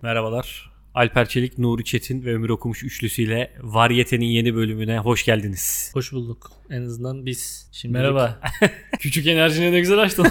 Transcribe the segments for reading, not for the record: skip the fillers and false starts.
Merhabalar. Alper Çelik, Nuri Çetin ve Ömür Okumuş üçlüsüyle Varyete'nin yeni bölümüne hoş geldiniz. Hoş bulduk. En azından biz şimdilik. Merhaba. Küçük enerjini ne güzel açtın.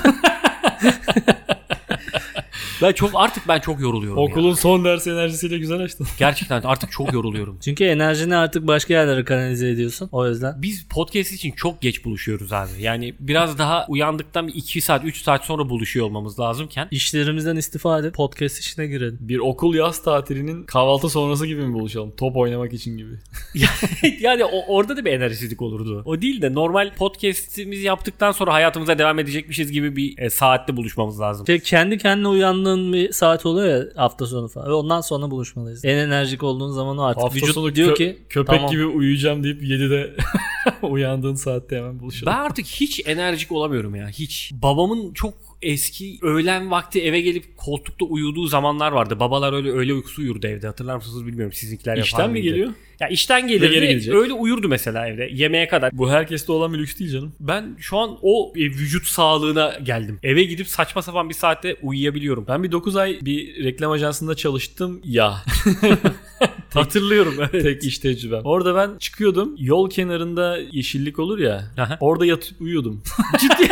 Ben çok yoruluyorum. Okulun ya. son ders enerjisiyle güzel açtın. Gerçekten artık çok yoruluyorum. Çünkü enerjini artık başka yerlere kanalize ediyorsun. O yüzden. Biz podcast için çok geç buluşuyoruz abi. Yani biraz daha uyandıktan bir 2 saat 3 saat sonra buluşuyor olmamız lazımken. İşlerimizden istifa edip podcast işine girelim. Bir okul yaz tatilinin kahvaltı sonrası gibi mi buluşalım? Top oynamak için gibi. Yani orada da bir enerjisizlik olurdu. O değil de normal podcast'imizi yaptıktan sonra hayatımıza devam edecekmişiz gibi bir saatte buluşmamız lazım. Kendi kendine uyandığın bir saat oluyor ya hafta sonu falan. Ve ondan sonra buluşmalıyız. En enerjik olduğun zaman o artık. Hafta Vücut sonu diyor ki köpek tamam. gibi uyuyacağım deyip 7'de uyandığın saatte hemen buluşalım. Ben artık hiç enerjik olamıyorum ya. Hiç. Babamın çok eski öğlen vakti eve gelip koltukta uyuduğu zamanlar vardı. Babalar öyle uykusu uyurdu evde. Hatırlar mısınız bilmiyorum. Sizinkiler yapar İşten mi mıydı? geliyor? Ya işten Ve geri gelirdi. gelecek. Öyle uyurdu mesela evde. Yemeğe kadar. Bu herkeste olan bir lüks değil canım. Ben şu an o vücut sağlığına geldim. Eve gidip saçma sapan bir saatte uyuyabiliyorum. Ben bir 9 ay bir reklam ajansında çalıştım ya. Hatırlıyorum. Evet. Tek iş tecrübem. Orada ben çıkıyordum. Yol kenarında yeşillik olur ya. Aha. Orada yatıp uyuyordum. Ciddi.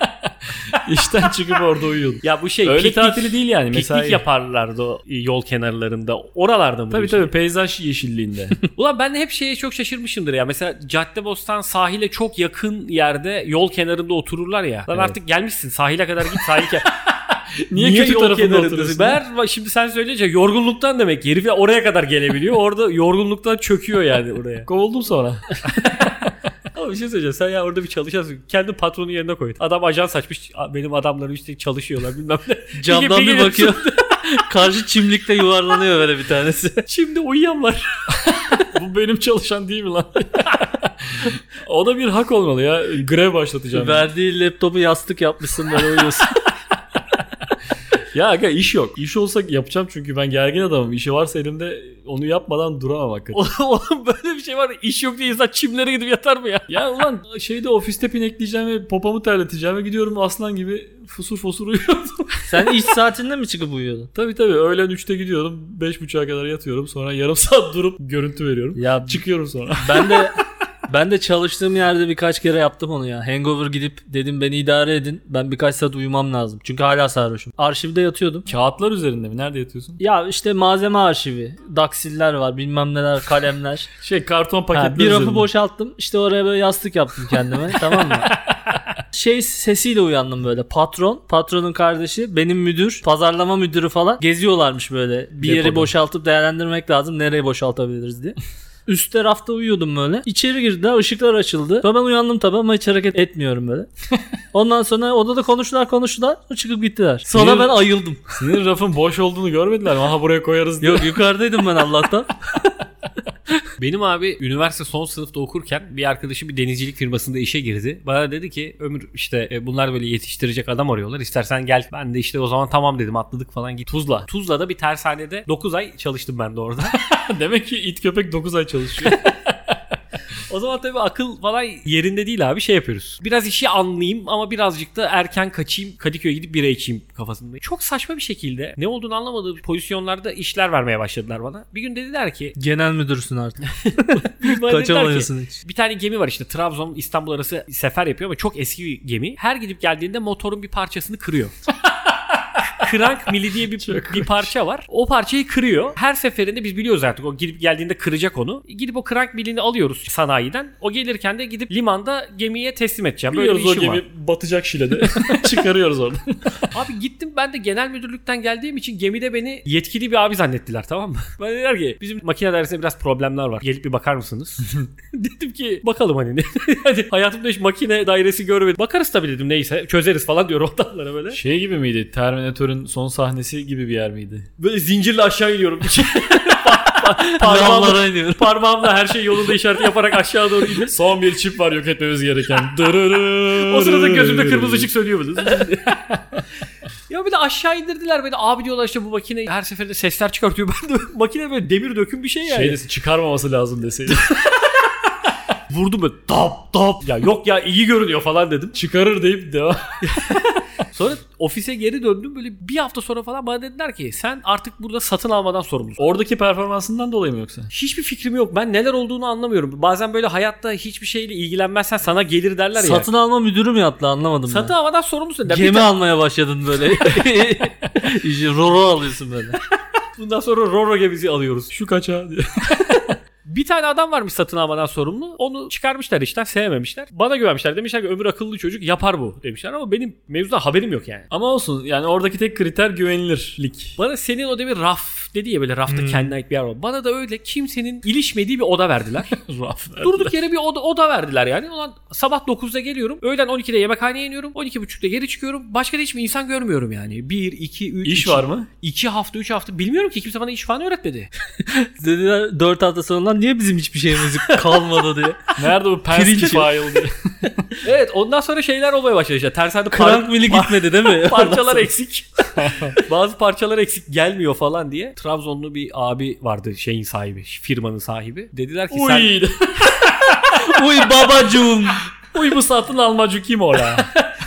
İşten çıkıp orada uyuyordum. Ya bu şey Öyle tatili değil yani. Piknik Mesai. yaparlardı o yol kenarlarında. Oralarda mı? Tabii peyzaj yeşilliğinde. Ulan ben de hep şeye çok şaşırmışımdır ya. Mesela Caddebostan sahile çok yakın yerde yol kenarında otururlar ya. Lan Evet. artık gelmişsin sahile kadar git Niye kötü tarafında oturuyorsun? Ben şimdi sen söyleyince yorgunluktan demek ki herif ya oraya kadar gelebiliyor. Orada yorgunluktan çöküyor yani oraya. Kovuldum sonra. Ama bir şey söyleyeceğim. Sen ya orada bir çalışansın. Kendi patronun yerine koy. Adam ajans açmış. Benim adamlarım işte çalışıyorlar bilmem ne. Camdan bir bakıyor. Karşı çimlikte yuvarlanıyor böyle bir tanesi. Şimdi uyuyan var. Bu benim çalışan değil mi lan? O da bir hak olmalı ya. Grev başlatacağım. Verdiği laptopu yastık yapmışsın böyle uyuyorsun. Ya aga iş yok. İş olsa yapacağım çünkü ben gergin adamım. İşi varsa elimde onu yapmadan duramam hakikaten. Oğlum böyle bir şey var. İş yok diye insan çimlere gidip yatar mı ya? Ya ulan ofiste pinekleyeceğim ve popomu terleteceğim ve gidiyorum aslan gibi fosur fosur uyuyordum. Sen iş saatinde mi çıkıp uyuyordun? Tabii öğlen 3'te gidiyorum. 5.30'a kadar yatıyorum. Sonra yarım saat durup görüntü veriyorum. Ya Çıkıyorum sonra. Ben de çalıştığım yerde birkaç kere yaptım onu ya. Hangover gidip dedim beni idare edin. Ben birkaç saat uyumam lazım. Çünkü hala sarhoşum. Arşivde yatıyordum. Kağıtlar üzerinde mi? Nerede yatıyorsun? Ya işte malzeme arşivi. Daksiller var, bilmem neler, kalemler. Karton paketler Bir üzerinde. rafı boşalttım. İşte oraya böyle yastık yaptım kendime. Tamam mı? Sesiyle uyandım böyle. Patronun kardeşi, benim müdür, pazarlama müdürü falan geziyorlarmış böyle. Bir yeri Depoda. boşaltıp değerlendirmek lazım. Nereye boşaltabiliriz diye. Üstte rafta uyuyordum böyle. İçeri girdiler, ışıklar açıldı. Sonra ben uyandım tabii ama hiç hareket etmiyorum böyle. Ondan sonra odada konuştular. Çıkıp gittiler. Sonra ben ayıldım. Senin rafın boş olduğunu görmediler mi? Aha buraya koyarız diye. Yok, yukarıdaydım ben Allah'tan. Benim abi üniversite son sınıfta okurken bir arkadaşım bir denizcilik firmasında işe girdi. Bana dedi ki Ömür işte bunlar böyle yetiştirecek adam arıyorlar. İstersen gel. Ben de işte o zaman tamam dedim, atladık falan git. Tuzla'da bir tersanede 9 ay çalıştım ben de orada. Demek ki it köpek 9 ay çalışıyor. O zaman tabii akıl falan yerinde değil abi, şey yapıyoruz. Biraz işi anlayayım ama birazcık da erken kaçayım, Kadıköy'e gidip bira içeyim kafasındayım. Çok saçma bir şekilde ne olduğunu anlamadığım pozisyonlarda işler vermeye başladılar bana. Bir gün dediler ki Genel müdürsün artık. bana Kaçamıyorsun dediler ki, hiç. bir tane gemi var işte Trabzon İstanbul arası sefer yapıyor ama çok eski bir gemi. Her gidip geldiğinde motorun bir parçasını kırıyor. Krank mili diye bir parça var. O parçayı kırıyor. Her seferinde biz biliyoruz artık o gidip geldiğinde kıracak onu. Gidip o krank milini alıyoruz sanayiden. O gelirken de gidip limanda gemiye teslim edeceğim. Böyle bir Biliyoruz o işim var. gemi batacak Şile'de. Çıkarıyoruz orada. Abi gittim, ben de genel müdürlükten geldiğim için gemide beni yetkili bir abi zannettiler, tamam mı? Bana dediler ki bizim makine dairesinde biraz problemler var. Gelip bir bakar mısınız? Dedim ki bakalım hani. Yani hayatımda hiç makine dairesi görmedim. Bakarız tabii dedim, neyse çözeriz falan diyor ortamlara böyle. Şey gibi miydi? Terminator'ın son sahnesi gibi bir yer miydi? Böyle zincirle aşağı iniyorum. Lamlara iniyorum. Parmağımla her şey yolunda işareti yaparak aşağı doğru iniyorum. Son bir çip var yok etmemiz gereken. O sırada gözümde kırmızı ışık sönüyor böyle. Ya bir de aşağı indirdiler beni. Abi diyorlar işte bu makine her seferinde sesler çıkartıyor. Ben de makine böyle demir döküm bir şey yani. Şey desin, çıkarmaması lazım deseydi. Vurdum böyle tap. Ya yok ya iyi görünüyor falan dedim. Çıkarır deyip devam. Sonra ofise geri döndüm. Böyle bir hafta sonra falan bana dediler ki sen artık burada satın almadan sorumlusun. Oradaki performansından dolayı mı yoksa? Hiçbir fikrim yok. Ben neler olduğunu anlamıyorum. Bazen böyle hayatta hiçbir şeyle ilgilenmezsen sana gelir derler ya. Satın alma müdürü mü yaptı anlamadım Satın ben. almadan sorumlusun. Gemi almaya başladın böyle. İşte Roro alıyorsun böyle. Bundan sonra Roro gemisi alıyoruz. Şu kaça diye. Bir tane adam varmış satın almadan sorumlu. Onu çıkarmışlar işten, sevmemişler. Bana güvenmişler. Demişler ki ömür akıllı çocuk yapar bu demişler ama benim mevzudan haberim yok yani. Ama olsun yani oradaki tek kriter güvenilirlik. Bana senin o demin raf dedi ya böyle rafta kendine ait bir yer var. Bana da öyle kimsenin ilişmediği bir oda verdiler. Raf. Durduk yere bir oda verdiler yani. Ulan sabah 9'da geliyorum. Öğlen 12'de yemekhaneye iniyorum. 12.30'da geri çıkıyorum. Başka da hiçbir insan görmüyorum yani. 1, 2, 3. İş var mı? 2 hafta 3 hafta bilmiyorum ki kimse bana iş falan öğretmedi. Dediler 4 hafta sonra niye bizim hiçbir şeyimiz kalmadı diye. Nerede bu Penske Pirinç. file diye. Evet ondan sonra şeyler olmaya başladı işte. Tersanede Krank bile gitmedi değil mi? parçalar eksik. Bazı parçalar eksik gelmiyor falan diye. Trabzonlu bir abi vardı şeyin sahibi, firmanın sahibi. Dediler ki sen Uy. Uy babacığım. Uy bu satın almacı kim ola?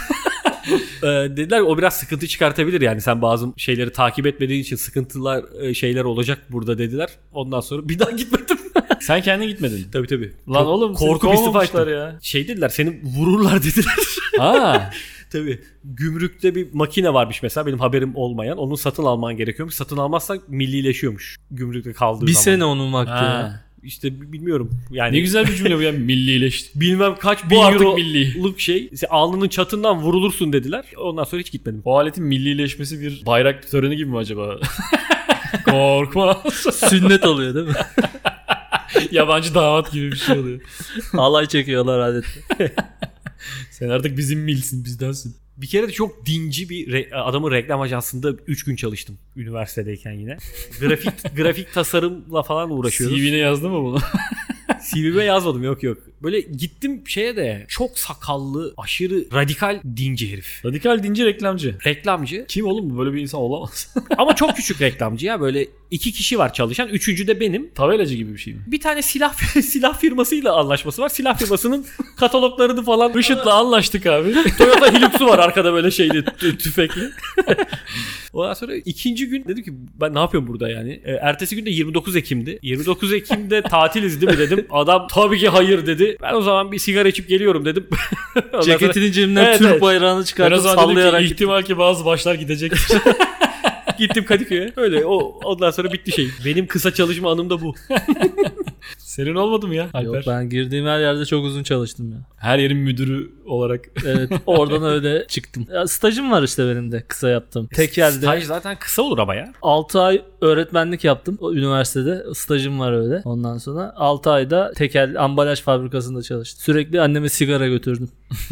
dediler o biraz sıkıntı çıkartabilir yani sen bazı şeyleri takip etmediğin için sıkıntılar şeyler olacak burada dediler. Ondan sonra bir daha gitmedim. Sen kendin gitmedin. Tabii. Lan oğlum korku bir istifa ettim. ya. Şey dediler seni vururlar dediler. Ha. Tabii. Gümrükte bir makine varmış mesela benim haberim olmayan. Onu satın alman gerekiyormuş. Satın almazsan millileşiyormuş. Gümrükte kaldığı Bir zaman. sene onun vakti ya. Ha. İşte bilmiyorum. Yani Ne güzel bir cümle bu ya, millileşti. bilmem kaç bin Bu artık euroluk milli. şey. Alnının çatından vurulursun dediler. Ondan sonra hiç gitmedim. O aletin millileşmesi bir bayrak töreni gibi mi acaba? Korkma. Sünnet oluyor değil mi? Yabancı damat gibi bir şey oluyor. Halay çekiyorlar adette. Sen artık bizim milsin, bizdensin. Bir kere de çok dinci bir adamın reklam ajansında 3 gün çalıştım üniversitedeyken yine. Grafik tasarımla falan uğraşıyoruz. CV'ne yazdın mı bunu? CV'me yazmadım yok. Böyle gittim şeye de çok sakallı aşırı radikal dinci herif. Radikal dinci reklamcı. Reklamcı Kim oğlum bu? Böyle bir insan olamaz. ama çok küçük reklamcı ya böyle 2 kişi var çalışan 3. de benim. Tabelacı gibi bir şey mi? Bir tane silah firmasıyla anlaşması var. Silah firmasının kataloglarını falan IŞİD'le anlaştık abi. Toyota Hilux'u var arkada böyle şeyli tüfekli. Ondan sonra 2. gün dedim ki ben ne yapıyorum burada yani. Ertesi gün de 29 Ekim'di. 29 Ekim'de tatiliz değil mi dedim. Adam tabii ki hayır dedi. Ben o zaman bir sigara içip geliyorum dedim. Ondan sonra- Ceketinin cebinden Evet, Türk evet. bayrağını Ben o çıkartıp zaman dedim sallayarak ki gittim. ihtimal ki bazı başlar gidecek. Gittim Kadıköy'e. Öyle ondan sonra bitti şey. Benim kısa çalışma anım da bu. Senin olmadı mı ya Alper? Yok ben girdiğim her yerde çok uzun çalıştım ya. Her yerin müdürü olarak. Evet oradan öyle çıktım. Ya, stajım var işte benim de kısa yaptım. Tekelde Staj zaten kısa olur ama ya. 6 ay öğretmenlik yaptım o üniversitede. Stajım var öyle. Ondan sonra 6 ayda tekel ambalaj fabrikasında çalıştım. Sürekli anneme sigara götürdüm.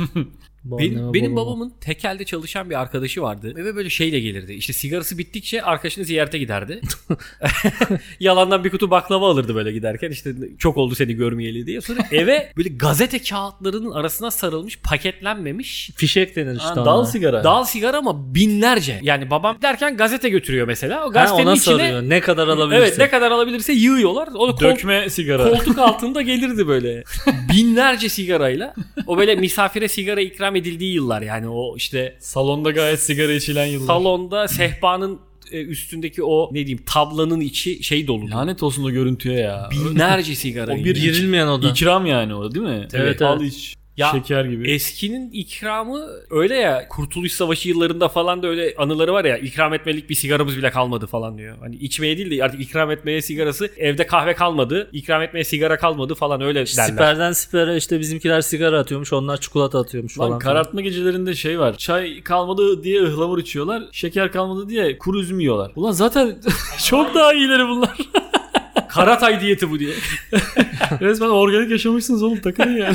Benim babamın tekelde çalışan bir arkadaşı vardı. Ve böyle şeyle gelirdi. İşte sigarası bittikçe arkadaşını ziyarete giderdi. Yalandan bir kutu baklava alırdı böyle giderken. İşte çok oldu seni görmeyeli diye. Sonra eve böyle gazete kağıtlarının arasına sarılmış paketlenmemiş Fişek denir işte ona. Dal sigara. dal sigara ama binlerce. Yani babam derken gazete götürüyor mesela. O gazetenin ona içine sarıyor. Ne kadar alabilirsin. evet ne kadar alabilirse yığıyorlar. Onu Dökme sigara. koltuk altında gelirdi böyle. Binlerce sigarayla. O böyle misafire sigara ikram edildiği yıllar yani o işte Salonda gayet sigara içilen yıllar. salonda sehpanın üstündeki o ne diyeyim tablanın içi şey dolu. Lanet olsun o görüntüye ya. Binlerce sigara. O bir Girilmeyen oda. İkram yani o değil mi? Evet, Al evet. iç. Ya, Şeker gibi. Eskinin ikramı öyle ya Kurtuluş Savaşı yıllarında falan da öyle anıları var ya ikram etmelik bir sigaramız bile kalmadı falan diyor. Hani içmeye değil de artık ikram etmeye sigarası evde kahve kalmadı ikram etmeye sigara kalmadı falan öyle derler. Siperden sipere işte bizimkiler sigara atıyormuş onlar çikolata atıyormuş Lan falan. karartma gecelerinde şey var. Çay kalmadı diye ıhlamur içiyorlar. Şeker kalmadı diye kuru üzüm yiyorlar. Ulan zaten çok daha iyileri bunlar. Karatay diyeti bu diye. Resmen organik yaşamışsınız oğlum takılın yani.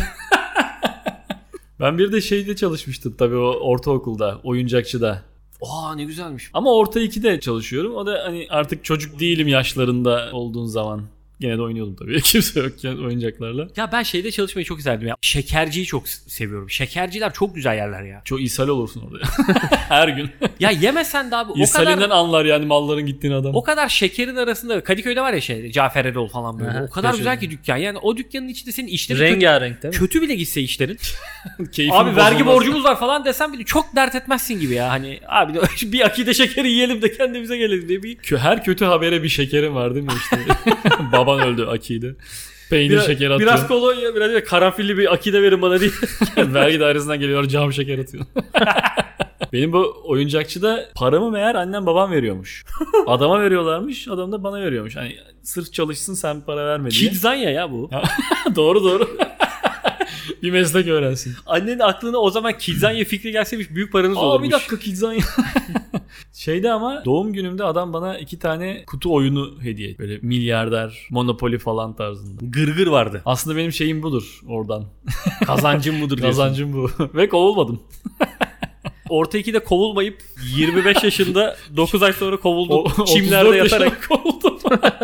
Ben bir de şeyde çalışmıştım tabii o ortaokulda, oyuncakçıda. Aa ne güzelmiş. Ama orta 2'de çalışıyorum. O da hani artık çocuk değilim yaşlarında olduğun zaman. Gene de oynuyordum tabii. Kimse yokken oyuncaklarla. Ya ben şeyde çalışmayı çok isterdim ya. Şekerciyi çok seviyorum. Şekerciler çok güzel yerler ya. Çok ishal olursun orada. Her gün. Ya yemesen de abi o İshalinden kadar anlar yani malların gittiğini adam. o kadar şekerin arasında Kadıköy'de var ya Cafer Erol falan böyle. Aha, O kadar güzel köşede. ki dükkan. Yani o dükkanın içinde senin işlerin kötü, Rengarenk değil mi? kötü bile gitse işlerin. Keyfin Abi vergi bozulmaz. borcumuz var falan desem bile çok dert etmezsin gibi ya. Hani abi de bir akide şekeri yiyelim de kendimize gelelim diye bir Her kötü habere bir şekerin var değil mi işte? Baban öldü akide. Peynir şeker atıyor. biraz kolonya, biraz da karanfilli bir akide verin bana diye. Vergi dairesinden geliyor cam şeker atıyor. Benim bu oyuncakçıda paramı meğer annem babam veriyormuş. Adama veriyorlarmış, adam da bana veriyormuş. Hani sırf çalışsın sen para verme diye. Kidzanya ya bu. Doğru. Bir meslek öğrensin. Annenin aklına o zaman Kidzanya fikri gelseymiş büyük paranız olurmuş. Bir dakika Kidzanya. Şeyde ama doğum günümde adam bana 2 tane kutu oyunu hediye etti. Böyle milyarder, Monopoly falan tarzında. Gırgır vardı. Aslında benim şeyim budur oradan. Kazancım budur diyorsun. Kazancım bu. Ve kovulmadım. Orta 2'de kovulmayıp 25 yaşında 9 ay sonra kovuldum. 34 Çimlerde yaşında yatarak. kovuldum.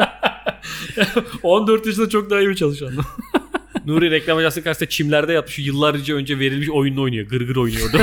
14 yaşında çok daha iyi bir çalışandım. Nuri reklam ajansı karşısında çimlerde yatmış. Yıllarca önce verilmiş oyununu oynuyor. Gırgır oynuyordu.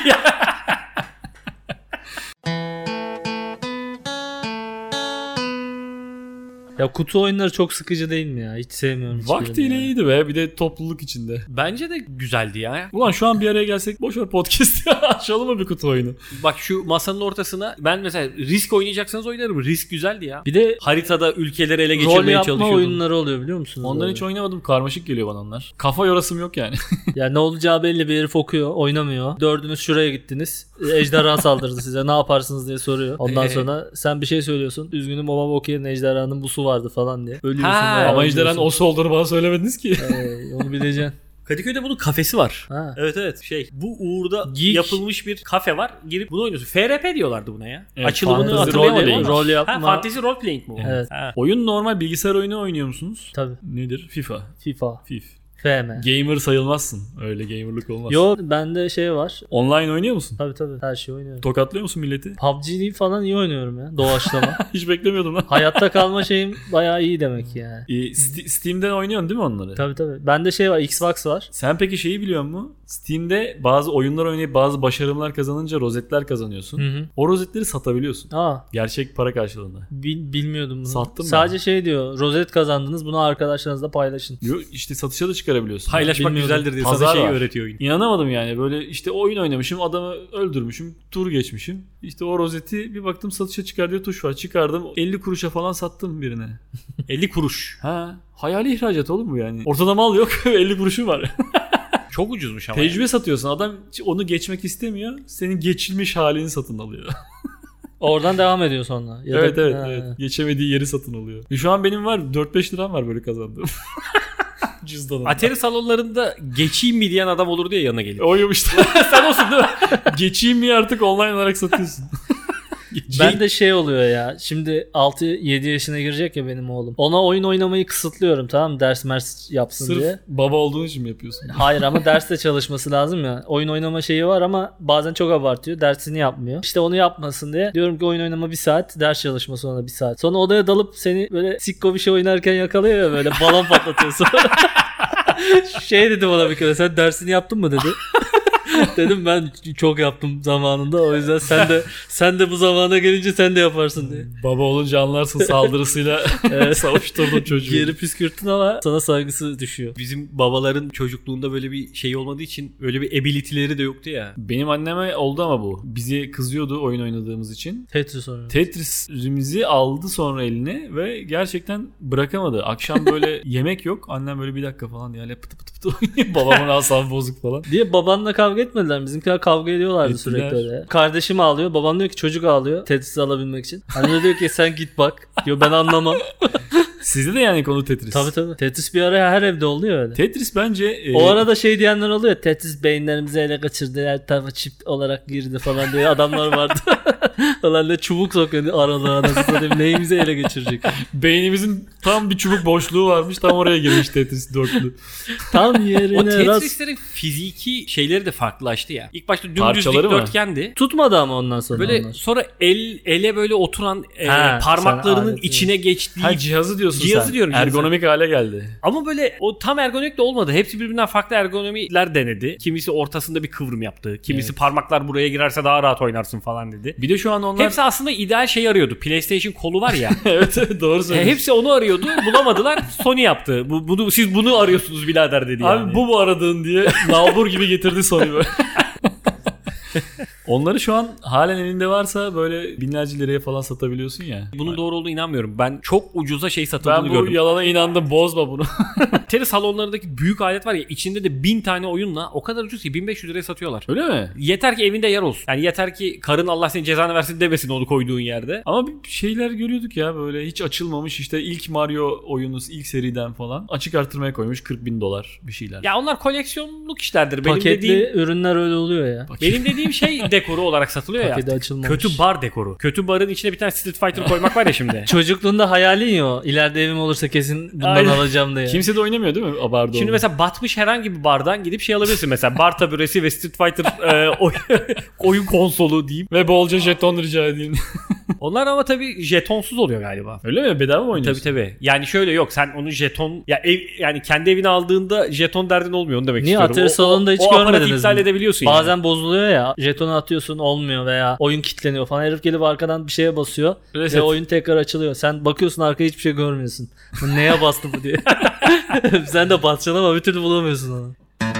Ya kutu oyunları çok sıkıcı değil mi ya? Hiç sevmiyorum. hiçbirini Vaktiyle yani. iyiydi be. Bir de topluluk içinde. Bence de güzeldi ya. Ulan şu an bir araya gelsek boşver podcast'ı açalım mı bir kutu oyunu? Bak şu masanın ortasına ben mesela Risk oynayacaksanız oynarım. Risk güzeldi ya. Bir de Haritada ülkeleri ele rol geçirmeye yapma çalışıyordum. oyunları oluyor biliyor musunuz? Ondan öyle? hiç oynamadım. Karmaşık geliyor bana onlar. Kafa yorasım yok yani. Ya ne olacağı belli, bir herif okuyor, oynamıyor. Dördünüz şuraya gittiniz. Ejderha saldırdı size. Ne yaparsınız diye soruyor. Ondan sonra sen bir şey söylüyorsun. Üzgünüm o bok yerin ejderhanın busu vardı falan diye. Ölüyorsun. Ha, veya Ama ejderhanın ölmüyorsun. o olduğunu bana söylemediniz ki. Onu bileceksin. Kadıköy'de bunun kafesi var. Ha. Evet. Bu uğurda Geek. yapılmış bir kafe var. Girip bunu oynuyorsun. FRP diyorlardı buna ya. Evet, Açılımını fantasy hatırlayamadım role ama. rol yapma. Ha, fantasy role playing mi o? Evet. Ha. Oyun normal bilgisayar oyunu oynuyor musunuz? Tabii. Nedir? FIFA. FIFA. FIF. FM. Gamer sayılmazsın. Öyle gamerlık olmaz. Yo bende şey var. Online oynuyor musun? Tabii her şeyi oynuyorum. Tokatlıyor musun milleti? PUBG'yi falan iyi oynuyorum ya. Doğaçlama. Hiç beklemiyordum lan. Hayatta kalma şeyim bayağı iyi demek yani. Steam'den oynuyorsun değil mi onları? Tabii. Bende şey var, Xbox var. Sen peki şeyi biliyor musun? Steam'de bazı oyunlar oynayıp bazı başarımlar kazanınca rozetler kazanıyorsun. Hı. O rozetleri satabiliyorsun. Aa, Gerçek para karşılığında. bilmiyordum bunu. Sattın mı? Sadece şey diyor. Rozet kazandınız. Bunu arkadaşlarınızla paylaşın. Yo, işte satışa da çıkarabiliyorsun. Paylaşmak Bilmiyordum. güzeldir diye Pazar sana şeyi var. öğretiyor oyun. İnanamadım yani. Böyle işte oyun oynamışım, adamı öldürmüşüm, tur geçmişim. İşte o rozeti bir baktım satışa çıkar diye tuş var. Çıkardım 50 kuruşa falan sattım birine. 50 kuruş. Ha, hayali ihracat oğlum bu yani. Ortada mal yok 50 kuruşun var. Çok ucuzmuş ama. Tecrübe satıyorsun. Adam onu geçmek istemiyor. Senin geçilmiş halini satın alıyor. Oradan devam ediyor sonra. Ya da- evet, Ha. evet. Geçemediği yeri satın alıyor. Şu an benim var 4-5 liram var böyle kazandığım. Cüzdanımda. Atari salonlarında geçeyim mi diyen adam olur diye yanına gelip. Oyum işte. Sen olsun değil mi? Geçeyim mi artık online olarak satıyorsun. Ben de şey oluyor ya. Şimdi 6-7 yaşına girecek ya benim oğlum. Ona oyun oynamayı kısıtlıyorum, tamam mı? Ders mers yapsın Sırf diye. baba olduğun için mi yapıyorsun? Hayır ama derste çalışması lazım ya. Oyun oynama şeyi var ama bazen çok abartıyor. Dersini yapmıyor. İşte onu yapmasın diye diyorum ki oyun oynama 1 saat, ders çalışması ona 1 saat. Sonra odaya dalıp seni böyle sikko bir şey oynarken yakalıyor ya, böyle balon patlatıyorsun. Şey dedi bana bir kere, sen dersini yaptın mı dedi. Dedim ben çok yaptım zamanında, o yüzden sen de bu zamana gelince sen de yaparsın diye. Baba olunca anlarsın saldırısıyla savuşturdun çocuğu. Geri püskürttün ama sana saygısı düşüyor. Bizim babaların çocukluğunda böyle bir şey olmadığı için öyle bir ability'leri de yoktu ya. Benim anneme oldu ama bu. Bizi kızıyordu oyun oynadığımız için. Tetris oynuyor. Tetris'imizi aldı sonra eline ve gerçekten bırakamadı. Akşam böyle yemek yok. Annem böyle bir dakika falan diye hala pıtı pıtı pıtı oynuyor. Babamın asabı bozuk falan. Diye babanla kavga etmediler. Bizimkiler kavga ediyorlardı Ettiler. sürekli öyle. Kardeşim ağlıyor. Babam diyor ki çocuk ağlıyor. Tetris'i alabilmek için. Anne diyor ki sen git bak. Diyor ben anlamam. Sizde de yani konu Tetris. Tabii. Tetris bir ara her evde oluyor öyle. Tetris bence... O arada şey diyenler oluyor. Tetris beyinlerimizi ele kaçırdı. Her tarafa çip olarak girdi falan diye adamlar vardı. Ulan ne çubuk sokuyor aralığa, nasıl satayım, neyimizi ele geçirecek. Beynimizin tam bir çubuk boşluğu varmış, tam oraya girmiş Tetris dörtlü. Tam yerine O rast. Tetris'lerin fiziki şeyleri de farklılaştı ya. İlk başta dümdüz Parçaları mı? dikdörtgendi. Tutmadı ama ondan sonra Böyle onlar. sonra ele böyle oturan Ha, parmaklarının sen içine geçtiği. Ha, cihazı diyorsun Cihazı sen. diyorum, cihazı. Ergonomik hale geldi. Ama böyle o tam ergonomik de olmadı. Hepsi birbirinden farklı ergonomiler denedi. Kimisi ortasında bir kıvrım yaptı. Kimisi parmaklar buraya girerse daha rahat oynarsın falan dedi. Bir de şu an onlar... Hepsi aslında ideal şey arıyordu. PlayStation kolu var ya. evet doğru söylüyorsun. Hepsi onu arıyordu. Bulamadılar. Sony yaptı. Siz bunu arıyorsunuz birader dedi yani. Abi bu aradığın diye nalbur gibi getirdi Sony böyle. Onları şu an halen elinde varsa böyle binlerce liraya falan satabiliyorsun ya. Bunun doğru olduğunu inanmıyorum. Ben çok ucuza şey satıldığını Ben bu gördüm. yalana inandım, bozma bunu. Atari salonlarındaki büyük alet var ya, içinde de 1000 tane oyunla o kadar ucuz ki 1500 liraya satıyorlar. Öyle mi? Yeter ki evinde yer olsun. Yani yeter ki karın Allah senin cezanı versin demesin onu koyduğun yerde. Ama bir şeyler görüyorduk ya, böyle hiç açılmamış işte ilk Mario oyunu ilk seriden falan açık artırmaya koymuş $40.000 bir şeyler. Ya onlar koleksiyonluk işlerdir. Benim Paketli dediğim, ürünler öyle oluyor ya. benim dediğim şey dekoru olarak satılıyor ya. Paketi Artık. açılmamış. Kötü bar dekoru. Kötü barın içine bir tane Street Fighter koymak var ya şimdi. Çocukluğunda hayalin ya o. İleride evim olursa kesin bundan Aynen. alacağım diye. Kimse de oynamıyor değil mi abardı Şimdi onu? mesela batmış herhangi bir bardan gidip şey alabilirsin. Mesela bar taburesi ve Street Fighter oyun konsolu diyeyim. Ve bolca jeton rica edeyim. Onlar ama tabii jetonsuz oluyor galiba. Öyle mi? Bedava mı oynuyorsun? Tabii. Yani şöyle yok, sen onu jeton ya yani kendi evine aldığında jeton derdin olmuyor, onu demek Niye istiyorum. Atari salonunda hiç o aparatı görmediniz iptal mi? edebiliyorsun Bazen yani. bozuluyor ya. Jetonu atıyorsun olmuyor veya oyun kilitleniyor falan. Herif gelip arkadan bir şeye basıyor Reset. ve oyun tekrar açılıyor. Sen bakıyorsun arkaya, hiçbir şey görmüyorsun. Bu neye bastı bu diye. Sen de basacaksın ama bir türlü bulamıyorsun onu.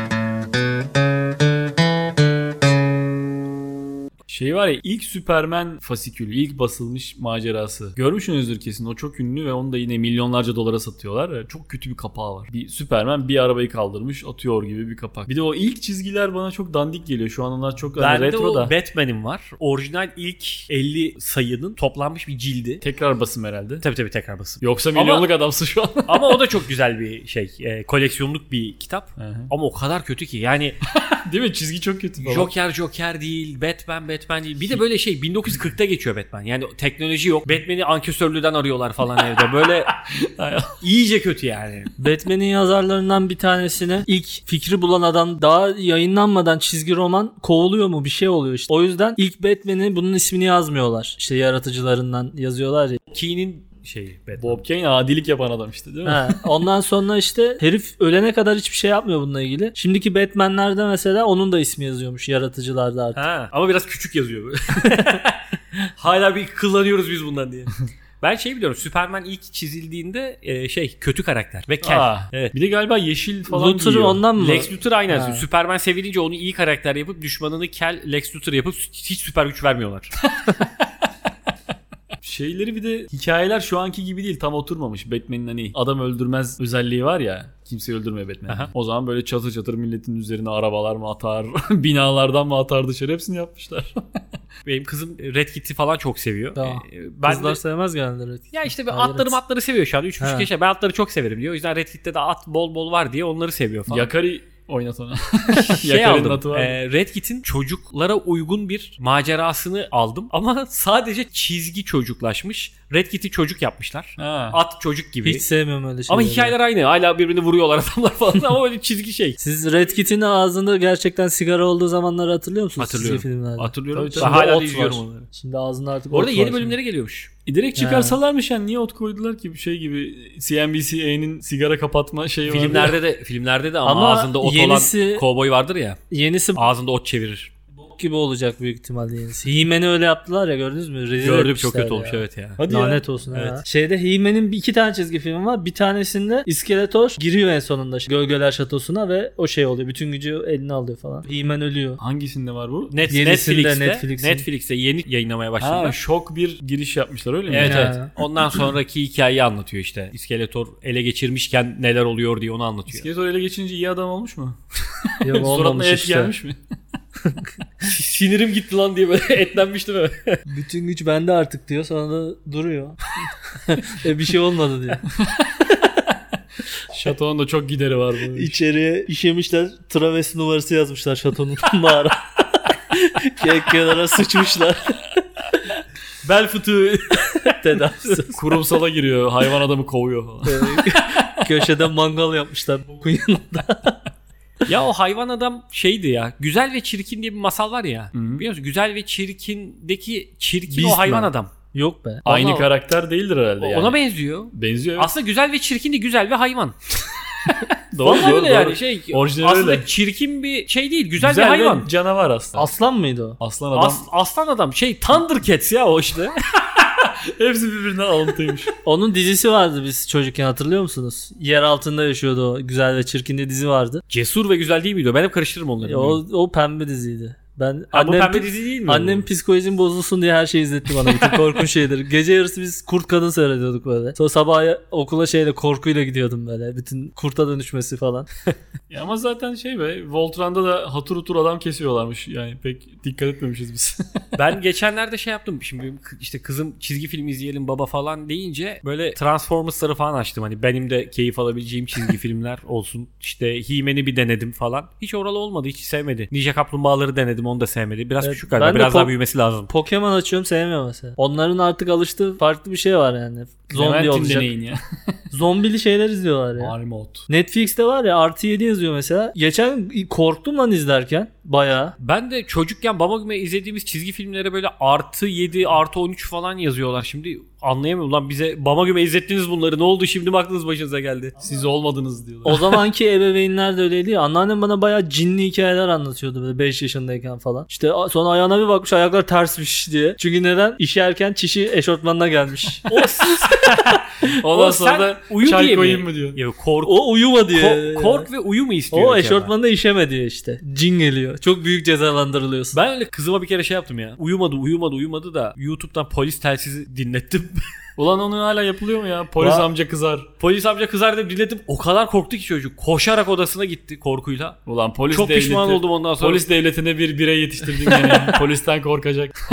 Şey var ya, ilk Superman fasikülü, ilk basılmış macerası. Görmüşsünüzdür kesin, o çok ünlü ve onu da yine milyonlarca dolara satıyorlar. Çok kötü bir kapağı var. Bir Superman bir arabayı kaldırmış atıyor gibi bir kapak. Bir de o ilk çizgiler bana çok dandik geliyor. Şu an onlar çok Bende retro o da. Batman'im var. Orijinal ilk 50 sayının toplanmış bir cildi. Tekrar basım herhalde. Tabii tekrar basın. Yoksa milyonluk adamsın şu an. Ama o da çok güzel bir şey. Koleksiyonluk bir kitap. Hı hı. Ama o kadar kötü ki. Yani Değil mi? Çizgi çok kötü falan. Joker değil, Batman değil. Bir de böyle şey 1940'ta geçiyor Batman. Yani teknoloji yok. Batman'i ankesörlüden arıyorlar falan evde. Böyle iyice kötü yani. Batman'in yazarlarından bir tanesine ilk fikri bulan adam daha yayınlanmadan çizgi roman kovuluyor mu, bir şey oluyor işte. O yüzden ilk Batman'in bunun ismini yazmıyorlar. İşte yaratıcılarından yazıyorlar ya. Key'nin şeyi Batman. Bob Kane adilik yapan adam işte değil mi? Ha, ondan sonra işte herif ölene kadar hiçbir şey yapmıyor bununla ilgili. Şimdiki Batman'lerde mesela onun da ismi yazıyormuş yaratıcılarda artık. Ha, ama biraz küçük yazıyor böyle. Hala bir kullanıyoruz biz bundan diye. Ben şey biliyorum, Superman ilk çizildiğinde kötü karakter ve kel. Evet. Bir de galiba yeşil falan Luthor giyiyor. ondan mı? Lex Luthor aynen. Ha. Superman sevilince onu iyi karakter yapıp düşmanını kel Lex Luthor yapıp hiç süper güç vermiyorlar. Şeyleri bir de hikayeler şu anki gibi değil, tam oturmamış. Batman'in hani adam öldürmez özelliği var ya, kimseyi öldürmüyor Batman. Aha. O zaman böyle çatır çatır milletin üzerine arabalar mı atar, binalardan mı atar dışarı, hepsini yapmışlar. Benim kızım Red Kit'i falan çok seviyor. Tamam. Ben Kızlar de, sevmez genelde Red Kit. ya işte Hayret. atları seviyor şu an. 3,5 Ha. yaşında. Ben atları çok severim diyor. O yüzden Red Kit'te de at bol var diye onları seviyor falan. Yakari oynat ona. Şey Yakari'nin aldım. atı var. Red Kit'in çocuklara uygun bir macerasını aldım. Ama sadece çizgi çocuklaşmış. Red Kit'i çocuk yapmışlar. Ha. At çocuk gibi. Hiç sevmiyorum öyle şeyleri. Ama hikayeler aynı. Hala birbirini vuruyorlar adamlar falan ama öyle çizgi şey. Siz Red Kit'in ağzında gerçekten sigara olduğu zamanları hatırlıyor musunuz? Hatırlıyorum. Çizgi filmlerde. Hatırlıyorum. Tabii, Ben tabii. hala Ot da izliyorum var. onları. Şimdi ağzında artık Orada ot yeni var bölümleri geliyormuş. Direkt çıkarsalarmış yani, niye ot koydular ki, bir şey gibi CNBC'nin sigara kapatma şeyi var. Filmlerde de ama Ama ağzında ot yenisi- olan kovboy vardır ya. şimdi. Yenisi Ağzında ot çevirir. bok gibi olacak büyük ihtimalle yenisi. He-Man'i öyle yaptılar ya, gördünüz mü? Rezil Gördüm, etmişler çok kötü ya. olmuş evet ya. Hadi ya. Lanet olsun Evet. ha. Şeyde He-Man'in iki tane çizgi filmi var. Bir tanesinde İskeletor giriyor en sonunda Gölgeler Şatosu'na ve o şey oluyor. Bütün gücü eline alıyor falan. He-Man ölüyor. Hangisinde var bu? Yenisinde Netflix'te Netflix'in. yeni yayınlamaya başladılar. Ha, şok bir giriş yapmışlar öyle mi? Evet Ha. evet. Ondan sonraki hikayeyi anlatıyor işte. İskeletor ele geçirmişken neler oluyor diye onu anlatıyor. İskeletor ele geçince iyi adam olmuş mu? Yok Suratına olmamış et işte. gelmiş mi? Sinirim gitti lan diye böyle etlenmiş değil mi? Bütün güç bende artık diyor, sonra da duruyor. Bir şey olmadı diyor. Şatonun da çok gideri var bu. İçeriye işemişler, travesti numarası yazmışlar şatonun mağara. Kenara sıçmışlar. Bel fıtığı. Tedavisi. Kurumsala giriyor. Hayvan adamı kovuyor falan. Köşede mangal yapmışlar bokun yanında. Ya o hayvan adam şeydi ya. Güzel ve Çirkin diye bir masal var ya. Hı-hı. Biliyor musun? Güzel ve Çirkin'deki çirkin Beast o hayvan Man. adam. Yok be. Aynı Vallahi karakter değildir herhalde yani. Ona benziyor. Benziyor evet. Aslında güzel ve çirkin değil, güzel ve hayvan. Doğru, Vallahi doğru, öyle doğru. yani şey. Orijinali aslında öyle. çirkin bir şey değil, güzel, Güzel bir hayvan. ve canavar aslında. Aslan mıydı o? Aslan adam. Aslan adam şey Thundercats ya o işte. Hepsi birbirinden alıntıymış. Onun dizisi vardı biz çocukken, hatırlıyor musunuz? Yer altında yaşıyordu o. Güzel ve Çirkin diye dizi vardı. Cesur ve güzel değil miydi o? Ben hep karıştırırım onları. O pembe diziydi. Ben Ha, bu pembe dizi değil mi? Annem psikolojim bozulsun diye her şeyi izletti bana. Bütün korkunç şeyleri. Gece yarısı biz Kurt Kadın seyrediyorduk böyle. Sonra sabah okula korkuyla gidiyordum böyle. Bütün kurta dönüşmesi falan. Ya ama zaten şey be, Voltran'da da hatır hutur adam kesiyorlarmış. Yani pek dikkat etmemişiz biz. Ben geçenlerde şey yaptım. Şimdi işte kızım çizgi film izleyelim baba falan deyince böyle Transformers'ları falan açtım. Hani benim de keyif alabileceğim çizgi filmler olsun. İşte He-Man'i bir denedim falan. Hiç oralı olmadı. Hiç sevmedi. Ninja Kaplumbağaları denedim. Onu da sevmedi. Biraz küçük galiba. ben de Biraz daha büyümesi lazım. Pokemon açıyorum, sevmiyorum mesela. Onların artık alıştığı farklı bir şey var yani. Zombi Clementine olacak. deneyin ya. Zombili şeyler izliyorlar ya. Armut. Netflix'te var ya +7 yazıyor mesela. Geçen korktum lan izlerken. Bayağı. Ben de çocukken baba gibi izlediğimiz çizgi filmlere böyle +7, +13 falan yazıyorlar. Şimdi anlayamıyorum lan, bize baba gibi izlettiniz bunları. Ne oldu şimdi mi aklınız başınıza geldi? Siz olmadınız diyorlar. O zamanki ebeveynler de öyleydi ya. Anneannem bana bayağı cinli hikayeler anlatıyordu böyle 5 yaşındayken falan. İşte sonra ayağına bir bakmış, ayaklar tersmiş diye. Çünkü neden? İşerken çişi eşortmanına gelmiş. Ondan O sonra sen da uyu çay diye koyayım mi? mı diyor. Ya kork, O uyuma diye. kork ve uyu mu istiyor? O acaba? eşortmanında işeme diyor işte. Cin geliyor. Çok büyük cezalandırılıyorsun. Ben öyle kızıma bir kere şey yaptım ya. Uyumadı da YouTube'dan polis telsizi dinlettim. Ulan onu hala yapılıyor mu ya? Polis amca kızar. Polis amca kızar diye dinlettim. O kadar korktu ki çocuk. Koşarak odasına gitti korkuyla. Ulan polis Çok devleti. pişman oldum ondan sonra. Polis devletine bir birey yetiştirdin yani. Polisten korkacak.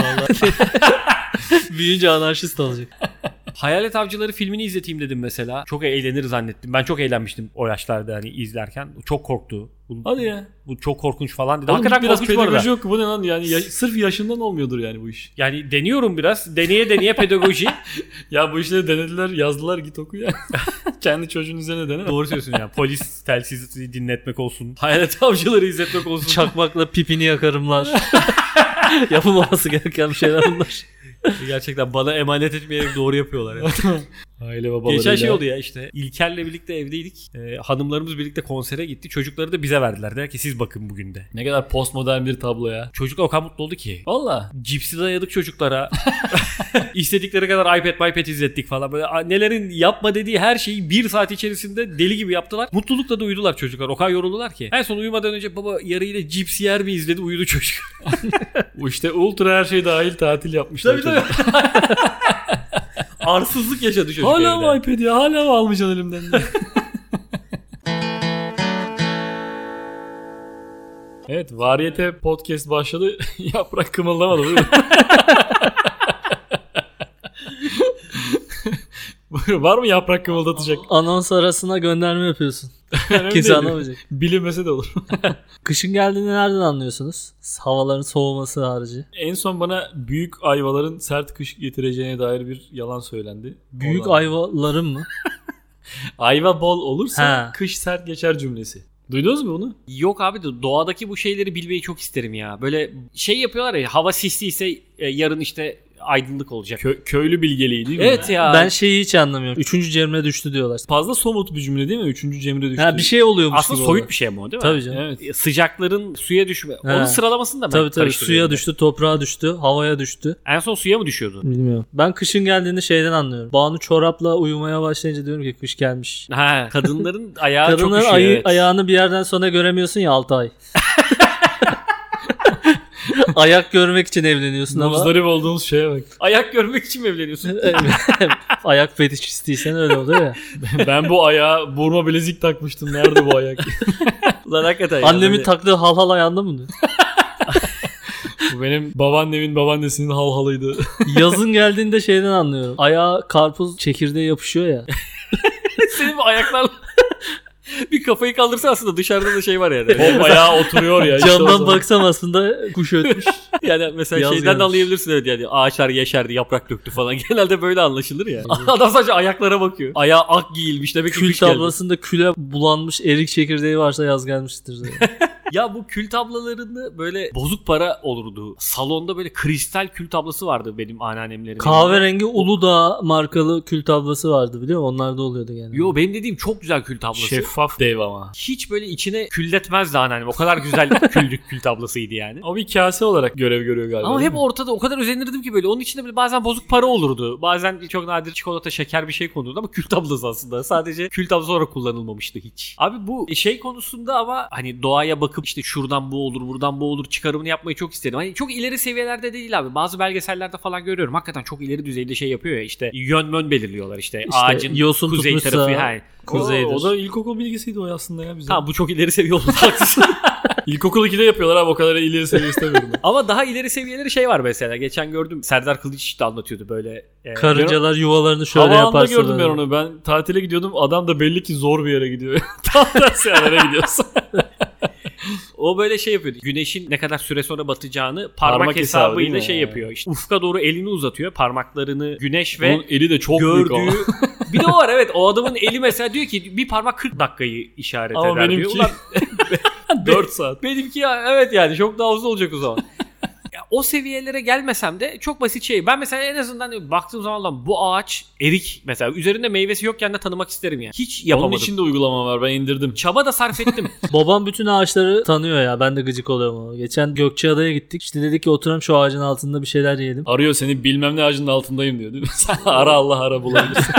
Büyüyünce anarşist olacak. Hayalet Avcıları filmini izleteyim dedim mesela. Çok eğlenir zannettim. Ben çok eğlenmiştim o yaşlarda hani izlerken. Çok korktu. Hadi ya. Bu çok korkunç falan dedi. Oğlum Hakikaten biraz korkunç bu arada. pedagoji yok. Bu ne lan? Yani sırf yaşından olmuyordur yani bu iş. Yani deniyorum biraz. Deneye pedagoji. Ya bu işleri denediler, yazdılar, git oku ya. Kendi çocuğun üzerine dene. Doğru söylüyorsun ya. Polis telsizi dinletmek olsun. Hayalet Avcıları izletmek olsun. Çakmakla pipini yakarımlar. Yapılmaması gereken bir şeyler bunlar. Gerçekten bana emanet etmeyerek doğru yapıyorlar ya. Aile babalarıyla. Geçen şey oldu ya işte. İlker'le birlikte evdeydik. Hanımlarımız birlikte konsere gitti. Çocukları da bize verdiler. Der ki siz bakın bugün de. Ne kadar postmodern bir tablo ya. Çocuklar o kadar mutlu oldu ki. Valla. Cipsi dayadık çocuklara. İstedikleri kadar iPad izlettik falan. Böyle annelerin yapma dediği her şeyi 1 saat içerisinde deli gibi yaptılar. Mutlulukla da uyudular çocuklar. O kadar yoruldular ki. En son uyumadan önce baba yarıyla cips yer mi izledi, uyudu çocuk. Bu işte ultra her şey dahil tatil yapmışlar. Tabii. Arsızlık yaşadı çocuk Hala evde. mı iPad ya? Hala mı almayacaksın elimden diye. Evet, Variyete Podcast başladı. Yaprak kımıldamadı. Buyurun. Var mı yaprak kımıldatacak? Anons arasına gönderme yapıyorsun. Önemli Kimse değil. anlamayacak. Bilinmese de olur. Kışın geldiğini nereden anlıyorsunuz? Havaların soğuması harici. En son bana büyük ayvaların sert kış getireceğine dair bir yalan söylendi. Büyük Oradan- ayvaların mı? Ayva bol olursa Ha. kış sert geçer cümlesi. Duydunuz mu bunu? Yok abi de doğadaki bu şeyleri bilmeyi çok isterim ya. Böyle şey yapıyorlar ya, hava sisliyse yarın işte aydınlık olacak. Köylü bilgeliği değil mi? Evet ya. Ben şeyi hiç anlamıyorum. 3. Cemre düştü diyorlar. Fazla somut bir cümle değil mi? 3. Cemre düştü. Ha, bir şey oluyormuş Aslında gibi soyut oluyor. bir şey ama o değil mi? Tabii canım. Evet. Sıcakların suya düşme. Ha. Onun sıralamasını da ben Tabii karıştırıyorum. suya düştü, toprağa düştü, havaya düştü. En son suya mı düşüyordu? Bilmiyorum. Ben kışın geldiğini şeyden anlıyorum. Banu çorapla uyumaya başlayınca diyorum ki kış gelmiş. Ha, kadınların ayağı çok Kadınların üşüyor. Evet. ayağını bir yerden sonra göremiyorsun ya 6 ay. Ayak görmek için evleniyorsun ama Muzdarip olduğumuz şeye bak. Ayak görmek için mi evleniyorsun? ayak fetişistiysen öyle oluyor ya. Ben bu ayağa burma bilezik takmıştım. Nerede bu ayak? Lan hakikaten. ya, Annemin böyle- taktığı hal ayağında mı? Bu benim babaannemin babaannesinin halhalıydı. Yazın geldiğinde şeyden anlıyorum. Ayağa karpuz çekirdeği yapışıyor ya. Senin bu ayaklarla Bir kafayı kaldırsa aslında dışarıda da şey var yani. Hop ayağa oturuyor ya. işte o Camdan zaman. baksam aslında kuş ötmüş. Yani mesela Yaz şeyden gelmiş. de anlayabilirsin evet yani ağaçlar yeşerdi, yaprak döktü falan. Genelde böyle anlaşılır ya. Adam sadece ayaklara bakıyor. Ayağı ak giyilmiş demek ki Kül kış geldi. tablasında küle bulanmış erik çekirdeği varsa yaz gelmiştir. Ya bu kül tablalarında böyle bozuk para olurdu. Salonda böyle kristal kül tablası vardı benim anneannemlerin. Kahverengi Uludağ markalı kül tablası vardı biliyor musun? Onlar da oluyordu genelde. Yo benim dediğim çok güzel kül tablası. Şeffaf dev ama. Hiç böyle içine külletmezdi anneannem. O kadar güzel kül tablasıydı yani. O bir kase olarak görev görüyor galiba. Ama değil hep mi? ortada o kadar özenirdim ki böyle. Onun içinde böyle bazen bozuk para olurdu. Bazen çok nadir çikolata, şeker bir şey konulurdu ama kül tablası aslında. Sadece kül tablası olarak kullanılmamıştı hiç. Abi bu şey konusunda ama hani doğaya bakıp işte şuradan bu olur, buradan bu olur çıkarımını yapmayı çok isterim. Hani çok ileri seviyelerde değil abi. Bazı belgesellerde falan görüyorum. Hakikaten çok ileri düzeyde şey yapıyor ya işte yön belirliyorlar işte ağacın yosun kuzey tutmuşsa tarafı. Yani. kuzeydir. O da ilkokul bilgisiydi o aslında ya bize. Tamam bu çok ileri seviye oldu haklısın. İlkokul 2'de yapıyorlar abi o kadar ileri seviye istemiyorum. ben. Ama daha ileri seviyeleri şey var mesela. Geçen gördüm Serdar Kılıç da anlatıyordu böyle. Karıncalar yuvalarını şöyle Havaalanında yaparsa. gördüm ben böyle. onu. Ben tatile gidiyordum. Adam da belli ki zor bir yere gidiyor. Tam tersi yerlere gidiyorsun. O böyle şey yapıyordu. Güneşin ne kadar süre sonra batacağını parmak Parmak hesabı değil hesabıyla mi? şey yapıyor. İşte ufka doğru elini uzatıyor. Parmaklarını güneş ve Onun eli de çok büyük gördüğü... ama. Bir de o var evet. O adamın eli mesela diyor ki bir parmak 40 dakikayı işaret Ama eder diyor. benimki Ulan 4 saat. benimki ya evet yani çok daha uzun olacak o zaman. Ya, o seviyelere gelmesem de çok basit şey. Ben mesela en azından baktığım zaman lan bu ağaç erik mesela üzerinde meyvesi yokken de tanımak isterim yani. Hiç yapamadım. Onun için de uygulama var. Ben indirdim. Çaba da sarf ettim. Babam bütün ağaçları tanıyor ya. Ben de gıcık oluyorum ama. Geçen Gökçeada'ya gittik. İşte dedik ki oturalım şu ağacın altında bir şeyler yiyelim. Arıyor seni bilmem ne ağacının altındayım diyor değil mi? Sen ara Allah ara bulabilirsin.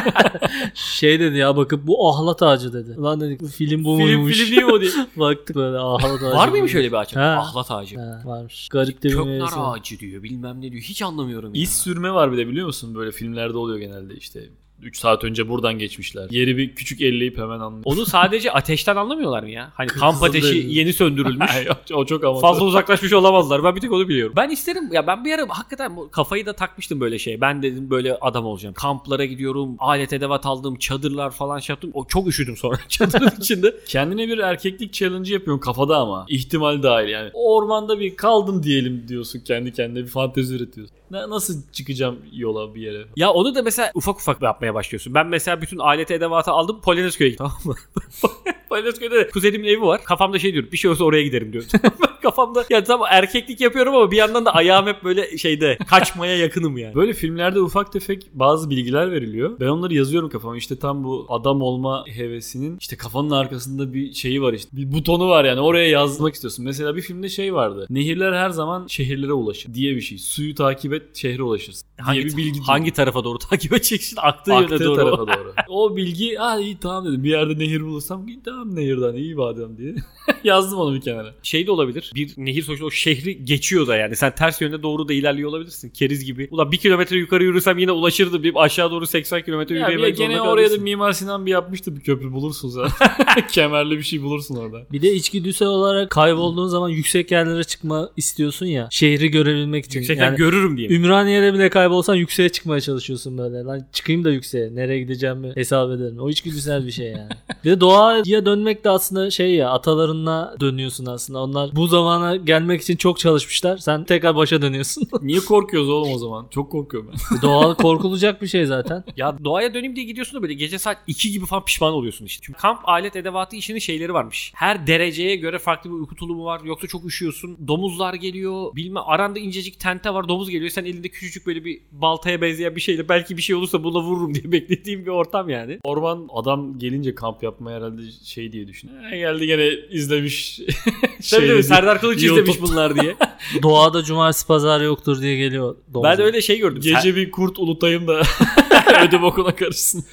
Şey dedi ya bakıp bu ahlat ağacı dedi. Lan dedik film bu muymuş? film değil mi o diye. Baktık böyle ahlat ağacı. Var mıymış öyle bir ağaç? Ha. Ahlat ağacı. Ha, varmış. Garip de bir Köknar meyvesi var. ağacı diyor bilmem ne diyor. Hiç anlamıyorum ya. İz sürme var bir de biliyor musun? Böyle filmlerde oluyor genelde işte. 3 saat önce buradan geçmişler. Yeri bir küçük elleyip hemen anlıyor. Onu sadece ateşten anlamıyorlar mı ya? Hani kamp Kızıl ateşi değil. yeni söndürülmüş. O çok amatör. Fazla uzaklaşmış olamazlar. Ben bir tek onu biliyorum. Ben isterim ya ben bir ara hakikaten bu kafayı da takmıştım böyle şey. Ben dedim böyle adam olacağım. Kamplara gidiyorum. Alet edevat aldım. Çadırlar falan şey yaptım. O çok üşüdüm sonra çadırın içinde. Kendine bir erkeklik challenge yapıyorsun kafada ama. İhtimal dahil yani. O ormanda bir kaldım diyelim diyorsun kendi kendine. Bir fantezi üretiyorsun. Nasıl çıkacağım yola bir yere? Ya onu da mesela ufak ufak yapmaya başlıyorsun. Ben mesela bütün alet edevatı aldım. Polonezköy'e gittim. Tamam mı? Polonezköy'de de kuzenimin evi var. Kafamda şey diyorum. Bir şey olsa oraya giderim diyorum. Kafamda ya tamam erkeklik yapıyorum ama bir yandan da ayağım hep böyle şeyde kaçmaya yakınım yani. Böyle filmlerde ufak tefek bazı bilgiler veriliyor. Ben onları yazıyorum kafama. İşte tam bu adam olma hevesinin işte kafanın arkasında bir şeyi var işte. Bir butonu var yani oraya yazmak istiyorsun. Mesela bir filmde şey vardı. Nehirler her zaman şehirlere ulaşır diye bir şey. Suyu takip et şehre ulaşırsın diye bir bilgi. Hangi tarafa doğru takip edeceksin? Aktığı yöne Aktığı doğru. tarafa doğru. O bilgi iyi tamam dedim. Bir yerde nehir bulursam tamam nehirden iyi badem diye. Yazdım onu bir kenara. Şey de olabilir. Bir nehir sonuçta o şehri geçiyor da yani. Sen ters yönde doğru da ilerliyor olabilirsin. Keriz gibi. Ulan 1 kilometre yukarı yürürsem yine ulaşırdım. Bir aşağı doğru 80 kilometre Ya bir yürüyemek gene zorunda oraya da kalırsın. Mimar Sinan bir yapmıştı bir köprü bulursun zaten. Kemerli bir şey bulursun orada. Bir de içgüdüsel olarak kaybolduğun zaman yüksek yerlere çıkma istiyorsun ya. Şehri görebilmek için. Yüksekten Yani görürüm diye. Ümraniye'de bile kaybolsan yükseğe çıkmaya çalışıyorsun böyle. Lan çıkayım da yükseğe. Nereye gideceğimi hesap ederim. O içgüdüsel bir şey yani. Bir de doğaya dönmek de aslında şey ya atalarına dönüyorsun aslında. Onlar bu zamana gelmek için çok çalışmışlar. Sen tekrar başa dönüyorsun. Niye korkuyoruz oğlum o zaman? Çok korkuyorum ben. Doğa korkulacak bir şey zaten. Ya doğaya döneyim diye gidiyorsun da böyle gece saat 2 gibi falan pişman oluyorsun işte. Çünkü kamp alet edevatı işinin şeyleri varmış. Her dereceye göre farklı bir uyku tulumu var. Yoksa çok üşüyorsun. Domuzlar geliyor. Bilmem aranda incecik tente var. Domuz geliyor. Sen elinde küçücük böyle bir baltaya benzeyen bir şeyle belki bir şey olursa buna vururum diye beklediğim bir ortam yani. Orman adam gelince kamp yapmaya herhalde şey diye düşünüyor. Geldi gene izlemiş. Tabii diye. Serdar Kılıç izlemiş YouTube'da. bunlar diye. Doğada cumartesi pazar yoktur diye geliyor. Ben de öyle şey gördüm. Gece bir kurt ulutayım da ödüm okuna karışsın.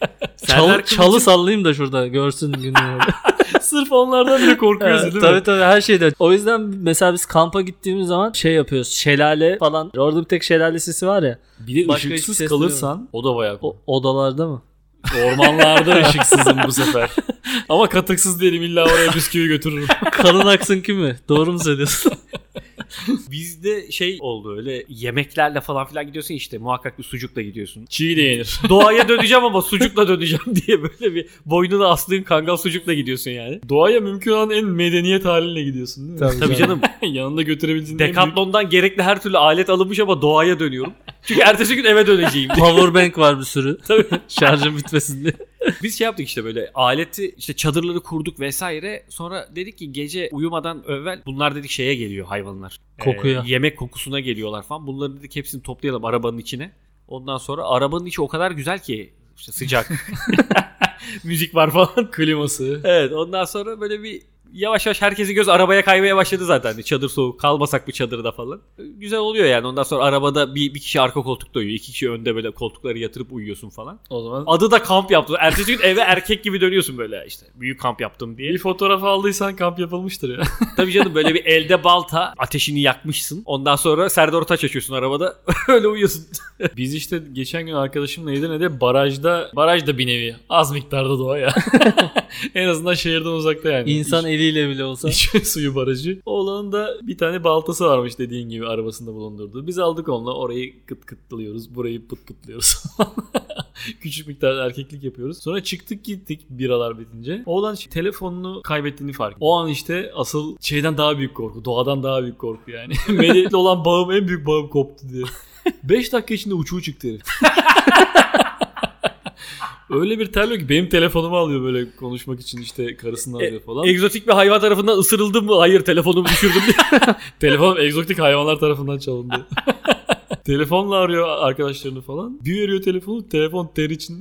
Çalı sallayayım da şurada görsün gününü. Sırf onlardan bile korkuyorsun değil mi? Tabii her şeyden. O yüzden mesela biz kampa gittiğimiz zaman şey yapıyoruz. Şelale falan. Orada bir tek şelale sesi var ya. Bir de Başka hiçbir ışıksız ses kalırsan o da bayağı O odalarda mı? Ormanlarda ışıksızım bu sefer. Ama katıksız değilim illa oraya bisküvi götürürüm. Karın aksın ki mi? Doğru mu söylüyorsun? Bizde şey oldu, öyle yemeklerle falan filan gidiyorsun işte, muhakkak bir sucukla gidiyorsun. Çiğ de yenir. Doğaya döneceğim ama sucukla döneceğim diye böyle bir boynuna astığın kangal sucukla gidiyorsun yani. Doğaya mümkün olan en medeniyet haliyle gidiyorsun değil mi? Tabii canım. Yanında götürebildiğin en büyük... Decathlon'dan gerekli her türlü alet alınmış ama doğaya dönüyorum. Çünkü ertesi gün eve döneceğim diye. Powerbank var bir sürü. Tabii. Şarjım bitmesin diye. Biz şey yaptık işte, böyle aleti işte, çadırları kurduk vesaire. Sonra dedik ki gece uyumadan evvel bunlar dedik şeye geliyor hayvanlar. Kokuya. Yemek kokusuna geliyorlar falan. Bunları dedik hepsini toplayalım arabanın içine. Ondan sonra arabanın içi o kadar güzel ki işte sıcak. Müzik var falan. kliması. Evet, ondan sonra böyle bir yavaş yavaş herkesin göz arabaya kaymaya başladı zaten. Hani çadır soğuk, kalmasak mı çadırda falan. Güzel oluyor yani. Ondan sonra arabada bir kişi arka koltukta uyuyor. 2 kişi önde böyle koltukları yatırıp uyuyorsun falan. O zaman Adı da kamp yaptım. Ertesi gün eve erkek gibi dönüyorsun böyle işte. Büyük kamp yaptım diye. bir fotoğraf aldıysan kamp yapılmıştır ya. Tabii canım, böyle bir elde balta, ateşini yakmışsın. Ondan sonra Serdar Ortaç açıyorsun arabada. Öyle uyuyorsun. Biz işte geçen gün arkadaşımla Edirne'de barajda bir nevi az miktarda doğa ya. En azından şehirden uzakta yani. İnsan eliyle bile olsa. İçme suyu barajı. Oğlanın da bir tane baltası varmış dediğin gibi arabasında bulundurduğu. Biz aldık onunla, orayı kıt kıtlıyoruz. Burayı pıt pıtlıyoruz. Küçük miktarda erkeklik yapıyoruz. Sonra çıktık gittik biralar bitince. Oğlan telefonunu kaybettiğini fark etti. O an işte asıl şeyden daha büyük korku. Doğadan daha büyük korku yani. Medeniyetle olan bağım, en büyük bağım koptu diye. 5 dakika içinde uçuğu çıktı herif. Öyle bir terliyor ki benim telefonumu alıyor böyle konuşmak için, işte karısını arıyor falan. Egzotik bir hayvan tarafından ısırıldım mı? Hayır, telefonumu düşürdüm diye. Telefonum egzotik hayvanlar tarafından çalındı. Telefonla arıyor arkadaşlarını falan. Bir veriyor telefonu, telefon ter içinde.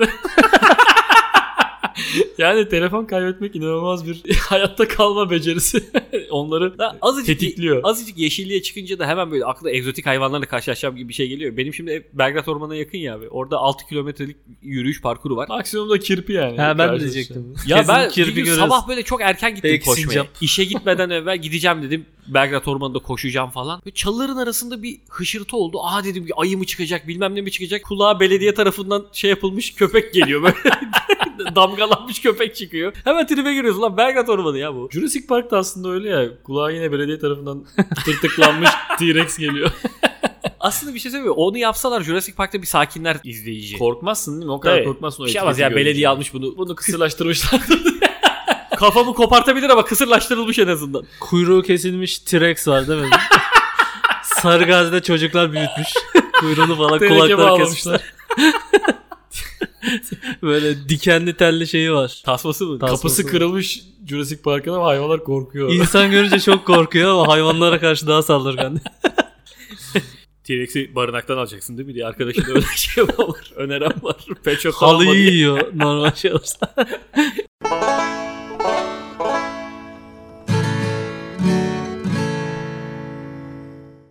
Yani telefon kaybetmek inanılmaz bir hayatta kalma becerisi. Onları tetikliyor. Azıcık yeşilliğe çıkınca da hemen böyle aklına egzotik hayvanlarla karşılaşacağım gibi bir şey geliyor. Benim şimdi ev Belgrad Ormanı'na yakın ya abi. Orada 6 kilometrelik yürüyüş parkuru var. Maksimum da kirpi yani. Ha, ben de diyecektim. Ya ben kirpi bir gün sabah böyle çok erken gittim Belki koşmaya. sincap. İşe gitmeden evvel gideceğim dedim. Belgrad Ormanı'nda koşacağım falan. Böyle çalıların arasında bir hışırtı oldu. Aa dedim, ayı mı çıkacak bilmem ne mi çıkacak. Kulağa belediye tarafından şey yapılmış köpek geliyor böyle. Damgalanmış köpek çıkıyor. Hemen tribe giriyorsun lan, Belgrad Ormanı ya bu. Jurassic Park da aslında öyle ya. Kulağa yine belediye tarafından tırtıklanmış T-Rex geliyor. Aslında bir şey söyleyeyim mi? Onu yapsalar Jurassic Park'ta bir sakinler izleyici. Korkmazsın değil mi? O kadar korkmazsın. Bir şey olmaz ya, belediye almış bunu. Bunu kısırlaştırmışlar. Kafamı kopartabilir ama kısırlaştırılmış en azından. Kuyruğu kesilmiş T-Rex var değil mi? Sarıgazi'de çocuklar büyütmüş. Kuyruğunu falan kulakları kesmişler. Böyle dikenli telli şeyi var. Tasması mı? Kapısı kırılmış Jurassic Park'ın ama hayvanlar korkuyor. İnsan görünce çok korkuyor ama hayvanlara karşı daha saldırgan. T-Rex'i barınaktan alacaksın değil mi diye arkadaşın öyle şey var. Önerem var. Halıyı yiyor normal şey olsa.